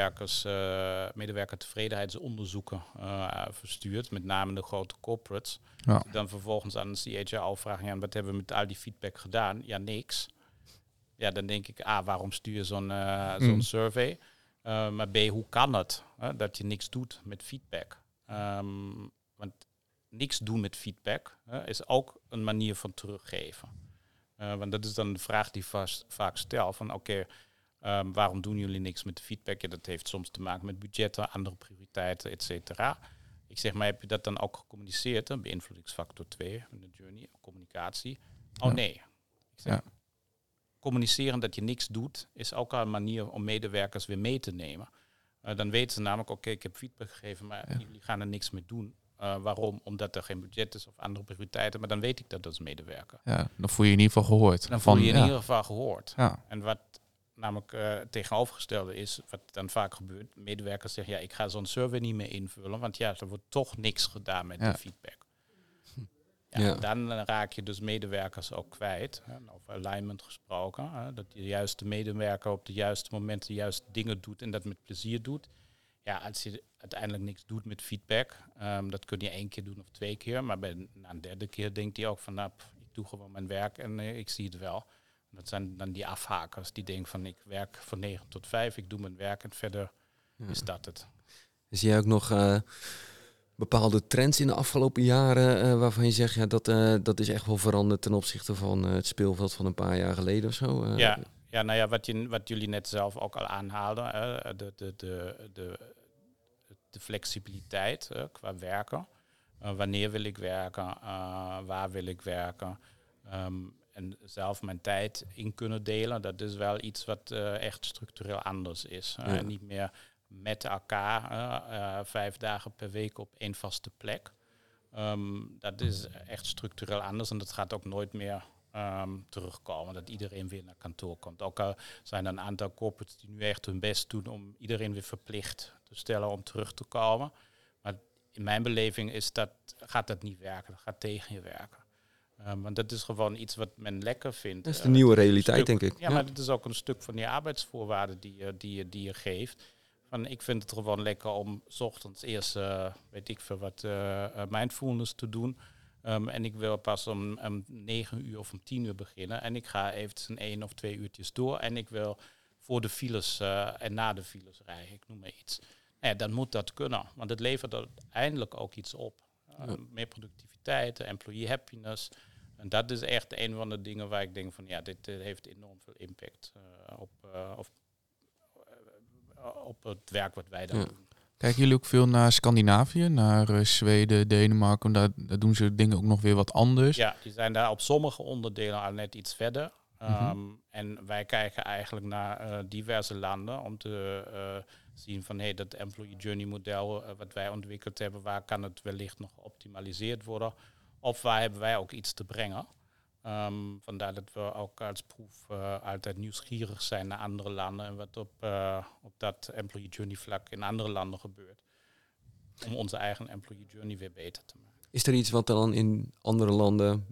medewerkertevredenheidsonderzoeken verstuurd, met name de grote corporates. Ja. Die dan vervolgens aan de CHRO vragen, ja, wat hebben we met al die feedback gedaan? Ja, niks. Ja, dan denk ik, waarom stuur je zo'n survey? Maar B, hoe kan het dat je niks doet met feedback? Want niks doen met feedback is ook een manier van teruggeven. Want dat is dan de vraag die vaak stel van oké, waarom doen jullie niks met de feedback? Ja, dat heeft soms te maken met budgetten, andere prioriteiten, et cetera. Ik zeg, maar heb je dat dan ook gecommuniceerd? Beïnvloedingsfactor 2 in de journey, communicatie. Oh nee. Ik zeg, communiceren dat je niks doet, is ook een manier om medewerkers weer mee te nemen. Dan weten ze namelijk, oké, ik heb feedback gegeven, maar jullie gaan er niks mee doen. Waarom? Omdat er geen budget is of andere prioriteiten. Maar dan weet ik dat als medewerker. Ja, dan voel je in ieder geval gehoord. Dan voel je in ieder geval gehoord. Ja. En wat namelijk tegenovergestelde is, wat dan vaak gebeurt, medewerkers zeggen, ja, ik ga zo'n survey niet meer invullen, want ja, er wordt toch niks gedaan met de feedback. Ja. Dan raak je dus medewerkers ook kwijt. Over alignment gesproken. Dat je de juiste medewerker op de juiste moment de juiste dingen doet en dat met plezier doet. Ja, als je uiteindelijk niks doet met feedback, dat kun je 1 keer doen of 2 keer. Maar na een 3e keer denkt hij ook van, nou, ik doe gewoon mijn werk en ik zie het wel. Dat zijn dan die afhakers die denken van, ik werk van 9 tot 5, ik doe mijn werk en verder is dat het. Zie jij ook nog bepaalde trends in de afgelopen jaren waarvan je zegt, ja, dat is echt wel veranderd ten opzichte van het speelveld van een paar jaar geleden of zo? Ja, nou ja, wat jullie net zelf ook al aanhaalden, de flexibiliteit qua werken. Wanneer wil ik werken? Waar wil ik werken? En zelf mijn tijd in kunnen delen, dat is wel iets wat echt structureel anders is. Niet meer met elkaar 5 dagen per week op 1 vaste plek. Dat is echt structureel anders en dat gaat ook nooit meer terugkomen. Dat iedereen weer naar kantoor komt. Ook al zijn er een aantal corporates die nu echt hun best doen om iedereen weer verplicht te stellen om terug te komen. Maar in mijn beleving gaat dat niet werken. Dat gaat tegen je werken. Want dat is gewoon iets wat men lekker vindt. Dat is de nieuwe realiteit, denk ik. Ja, maar dat is ook een stuk van die arbeidsvoorwaarden die je geeft. Ik vind het gewoon lekker om 's ochtends eerst, weet ik veel wat, mindfulness te doen. En ik wil pas om 9 uur of om 10 uur beginnen. En ik ga even 1 of 2 uurtjes door. En ik wil voor de files en na de files rijden. Ik noem maar iets. Ja, dan moet dat kunnen. Want het levert uiteindelijk ook iets op. Meer productiviteit, employee happiness. En dat is echt een van de dingen waar ik denk van, ja, dit heeft enorm veel impact op het werk wat wij dan doen. Kijken jullie ook veel naar Scandinavië, naar Zweden, Denemarken? Daar doen ze dingen ook nog weer wat anders. Ja, die zijn daar op sommige onderdelen al net iets verder. En wij kijken eigenlijk naar diverse landen om te zien van dat employee journey model wat wij ontwikkeld hebben, waar kan het wellicht nog geoptimaliseerd worden? Of waar hebben wij ook iets te brengen? Vandaar dat we ook als proef altijd nieuwsgierig zijn naar andere landen en wat op dat employee journey vlak in andere landen gebeurt. Om onze eigen employee journey weer beter te maken. Is er iets wat dan in andere landen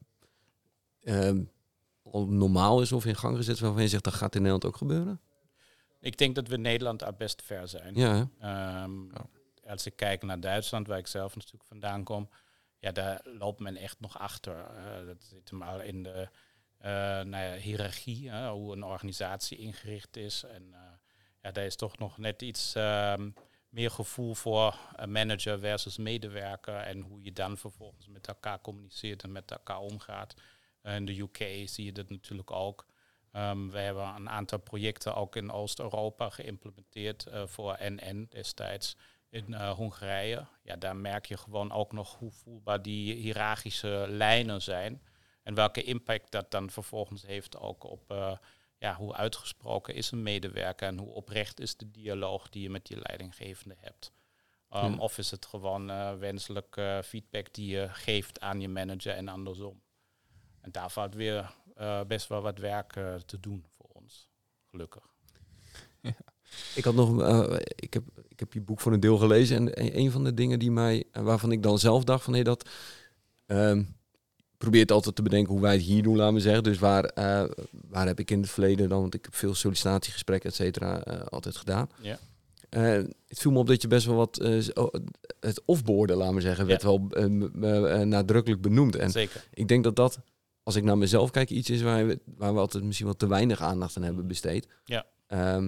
al normaal is of in gang gezet waarvan je zegt dat gaat in Nederland ook gebeuren? Ik denk dat we in Nederland al best ver zijn. Ja. Als ik kijk naar Duitsland, waar ik zelf natuurlijk vandaan kom, ja, daar loopt men echt nog achter. Dat zit hem al in de hiërarchie, hoe een organisatie ingericht is. En daar is toch nog net iets meer gevoel voor manager versus medewerker. En hoe je dan vervolgens met elkaar communiceert en met elkaar omgaat. In de UK zie je dat natuurlijk ook. We hebben een aantal projecten ook in Oost-Europa geïmplementeerd voor NN destijds. In Hongarije, ja, daar merk je gewoon ook nog hoe voelbaar die hiërarchische lijnen zijn. En welke impact dat dan vervolgens heeft ook op hoe uitgesproken is een medewerker en hoe oprecht is de dialoog die je met je leidinggevende hebt. Of is het gewoon wenselijk feedback die je geeft aan je manager en andersom. En daar valt weer best wel wat werk te doen voor ons, gelukkig. Ja. Ik had nog, ik heb je boek voor een deel gelezen en een van de dingen waarvan ik dan zelf dacht van dat probeert altijd te bedenken hoe wij het hier doen, laten we zeggen. Dus waar heb ik in het verleden dan, want ik heb veel sollicitatiegesprekken, et cetera, altijd gedaan. Ja. Het viel me op dat je best wel wat het offboarden, laten we zeggen, werd wel nadrukkelijk benoemd. En zeker. Ik denk dat, als ik naar mezelf kijk, iets is waar we altijd misschien wel te weinig aandacht aan hebben besteed. Ja.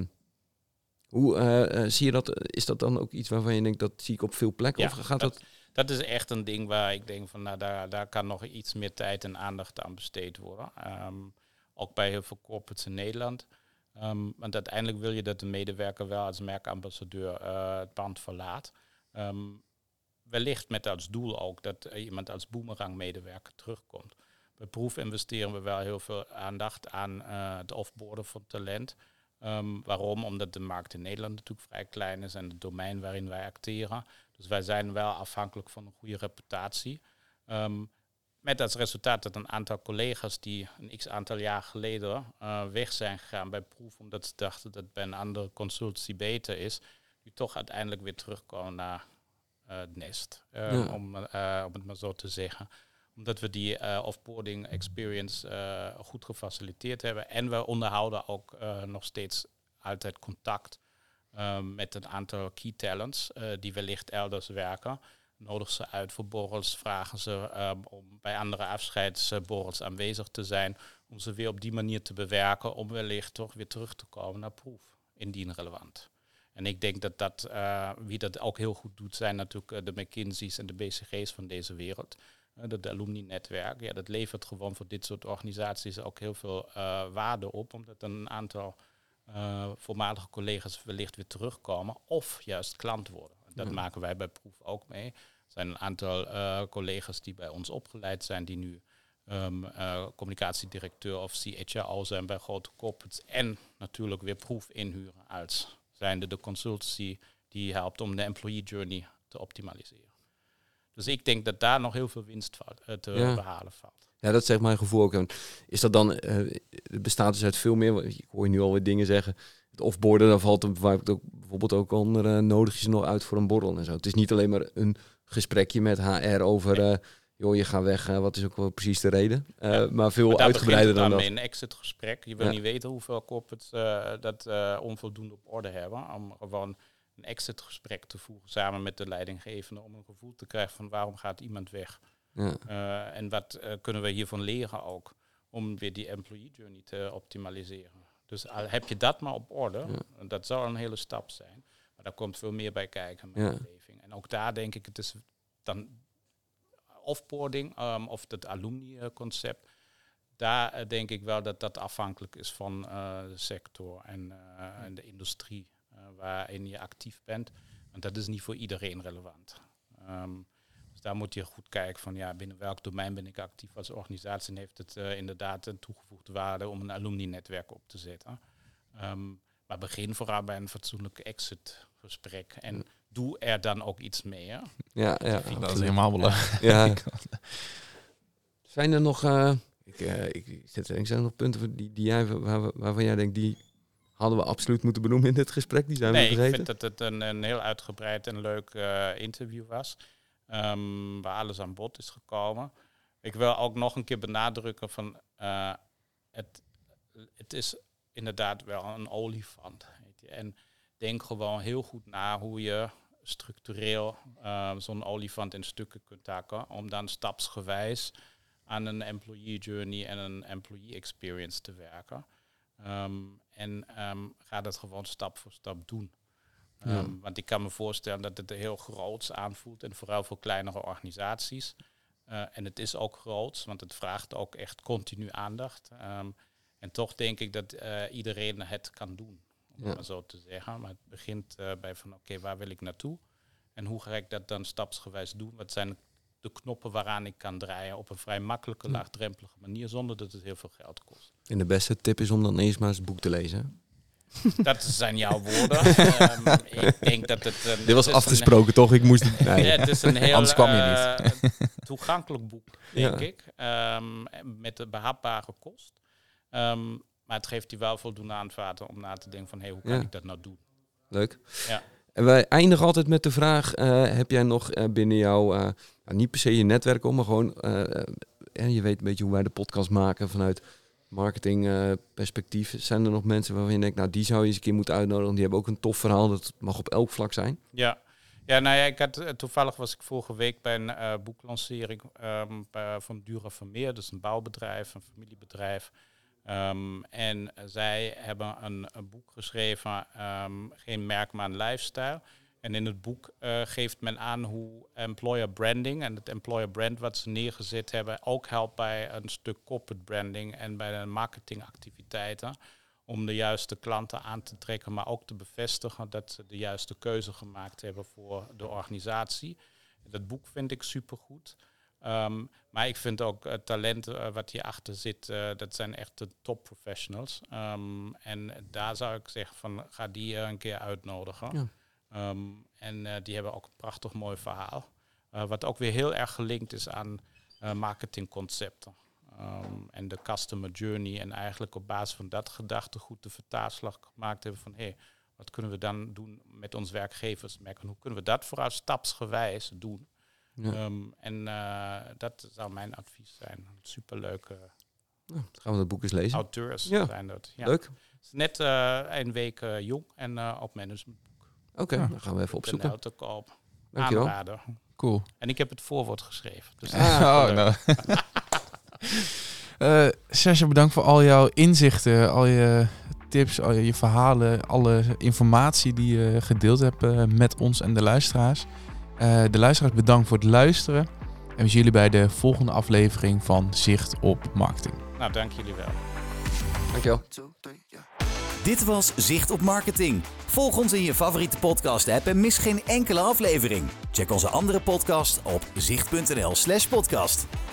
Hoe zie je dat? Is dat dan ook iets waarvan je denkt dat zie ik op veel plekken? Ja, of gaat dat? dat is echt een ding waar ik denk van, daar kan nog iets meer tijd en aandacht aan besteed worden. Ook bij heel veel corporates in Nederland. Want uiteindelijk wil je dat de medewerker wel als merkambassadeur het pand verlaat. Wellicht met als doel ook dat iemand als boomerang-medewerker terugkomt. Bij Proef investeren we wel heel veel aandacht aan het offboarden van talent. Waarom? Omdat de markt in Nederland natuurlijk vrij klein is en het domein waarin wij acteren. Dus wij zijn wel afhankelijk van een goede reputatie. Met als resultaat dat een aantal collega's die een x-aantal jaar geleden weg zijn gegaan bij Proef, omdat ze dachten dat bij een andere consultancy beter is, die toch uiteindelijk weer terugkomen naar het nest. Om het maar zo te zeggen. Omdat we die offboarding experience goed gefaciliteerd hebben. En we onderhouden ook nog steeds altijd contact met een aantal key talents die wellicht elders werken. Nodig ze uit voor borrels, vragen ze om bij andere afscheidsborrels aanwezig te zijn. Om ze weer op die manier te bewerken om wellicht toch weer terug te komen naar Proef, indien relevant. En ik denk dat wie dat ook heel goed doet, zijn natuurlijk de McKinsey's en de BCG's van deze wereld. Dat alumni-netwerk, ja, dat levert gewoon voor dit soort organisaties ook heel veel waarde op. Omdat een aantal voormalige collega's wellicht weer terugkomen of juist klant worden. Dat maken wij bij Proef ook mee. Er zijn een aantal collega's die bij ons opgeleid zijn, die nu communicatiedirecteur of CHRO zijn bij grote corporates. En natuurlijk weer Proef inhuren als zijnde de consultancy die helpt om de employee journey te optimaliseren. Dus ik denk dat daar nog heel veel winst te behalen valt. Ja, dat zegt mijn gevoel ook. Is dat dan, het bestaat dus uit veel meer, ik hoor je nu alweer dingen zeggen, het offboarden, daar valt het bijvoorbeeld ook onder nodig is nog uit voor een borrel en zo. Het is niet alleen maar een gesprekje met HR over, joh, je gaat weg, wat is ook wel precies de reden. Maar veel uitgebreider dan dat. Een exitgesprek. Je wil niet weten hoeveel corporates dat onvoldoende op orde hebben. Om gewoon een exitgesprek te voeren samen met de leidinggevende. Om een gevoel te krijgen van waarom gaat iemand weg. Ja. En wat kunnen we hiervan leren ook. Om weer die employee journey te optimaliseren. Dus al heb je dat maar op orde. Dat zou een hele stap zijn. Maar daar komt veel meer bij kijken. Met beleving. En ook daar denk ik, het is dan offboarding of het alumni-concept. Daar denk ik wel dat dat afhankelijk is van de sector en de industrie waarin je actief bent. Want dat is niet voor iedereen relevant. Dus daar moet je goed kijken van binnen welk domein ben ik actief als organisatie en heeft het inderdaad een toegevoegde waarde om een alumni-netwerk op te zetten. Maar begin vooral bij een fatsoenlijke exitgesprek en doe er dan ook iets mee. Hè? Ja, dat is helemaal belangrijk. Ja. Zijn er nog, ik zijn er nog punten die jij, waarvan jij denkt, die hadden we absoluut moeten benoemen in dit gesprek? Die zijn we vergeten? Ik vind dat het een heel uitgebreid en leuk interview was. Waar alles aan bod is gekomen. Ik wil ook nog een keer benadrukken van het is inderdaad wel een olifant. Weet je. En denk gewoon heel goed na hoe je structureel zo'n olifant in stukken kunt hakken. Om dan stapsgewijs aan een employee journey en een employee experience te werken. Ga dat gewoon stap voor stap doen. Want ik kan me voorstellen dat het heel groots aanvoelt. En vooral voor kleinere organisaties. En het is ook groots, want het vraagt ook echt continu aandacht. En toch denk ik dat iedereen het kan doen. Om het maar zo te zeggen. Maar het begint bij van oké, waar wil ik naartoe? En hoe ga ik dat dan stapsgewijs doen? Wat zijn de knoppen waaraan ik kan draaien op een vrij makkelijke, laagdrempelige manier, zonder dat het heel veel geld kost. En de beste tip is om dan eerst maar eens het boek te lezen. Dat zijn jouw woorden. Ik denk dat het... Dit was afgesproken, toch? Ik moest... Nee. Het is een heel Anders kwam je niet. toegankelijk boek, denk ik. Met een behapbare kost. Maar het geeft je wel voldoende aanvaten om na te denken van, hoe kan ik dat nou doen? Leuk. Ja. En wij eindigen altijd met de vraag, heb jij nog binnen jouw, niet per se je netwerk om, maar gewoon, je weet een beetje hoe wij de podcast maken vanuit marketing perspectief. Zijn er nog mensen waarvan je denkt, nou die zou je eens een keer moeten uitnodigen, die hebben ook een tof verhaal, dat mag op elk vlak zijn? Toevallig was ik vorige week bij een boeklancering van Dura Vermeer, dus een bouwbedrijf, een familiebedrijf. En zij hebben een boek geschreven, Geen merk maar een lifestyle. En in het boek geeft men aan hoe employer branding en het employer brand wat ze neergezet hebben ook helpt bij een stuk corporate branding en bij de marketingactiviteiten. Om de juiste klanten aan te trekken, maar ook te bevestigen dat ze de juiste keuze gemaakt hebben voor de organisatie. Dat boek vind ik supergoed. Maar ik vind ook het talent wat hierachter zit, dat zijn echt de top professionals. En daar zou ik zeggen van ga die een keer uitnodigen. Ja. Die hebben ook een prachtig mooi verhaal. Wat ook weer heel erg gelinkt is aan marketingconcepten. En de customer journey. En eigenlijk op basis van dat gedachtegoed de vertaalslag gemaakt hebben van wat kunnen we dan doen met ons werkgeversmerk? En hoe kunnen we dat vooruit stapsgewijs doen? Ja. Dat zou mijn advies zijn. Superleuke gaan we dat boek eens lezen. Auteurs zijn dat. Ja. Leuk. Het is net een week jong en op managementboek. Oké, dan gaan we even opzoeken. Te koop. Dankjewel. Aanrader. Cool. En ik heb het voorwoord geschreven. Dus Serge, bedankt voor al jouw inzichten, al je tips, al je verhalen, alle informatie die je gedeeld hebt met ons en de luisteraars. De luisteraars bedankt voor het luisteren. En we zien jullie bij de volgende aflevering van Zicht op Marketing. Nou, dank jullie wel. Dankjewel. Dit was Zicht op Marketing. Volg ons in je favoriete podcast-app en mis geen enkele aflevering. Check onze andere podcast op zicht.nl/podcast.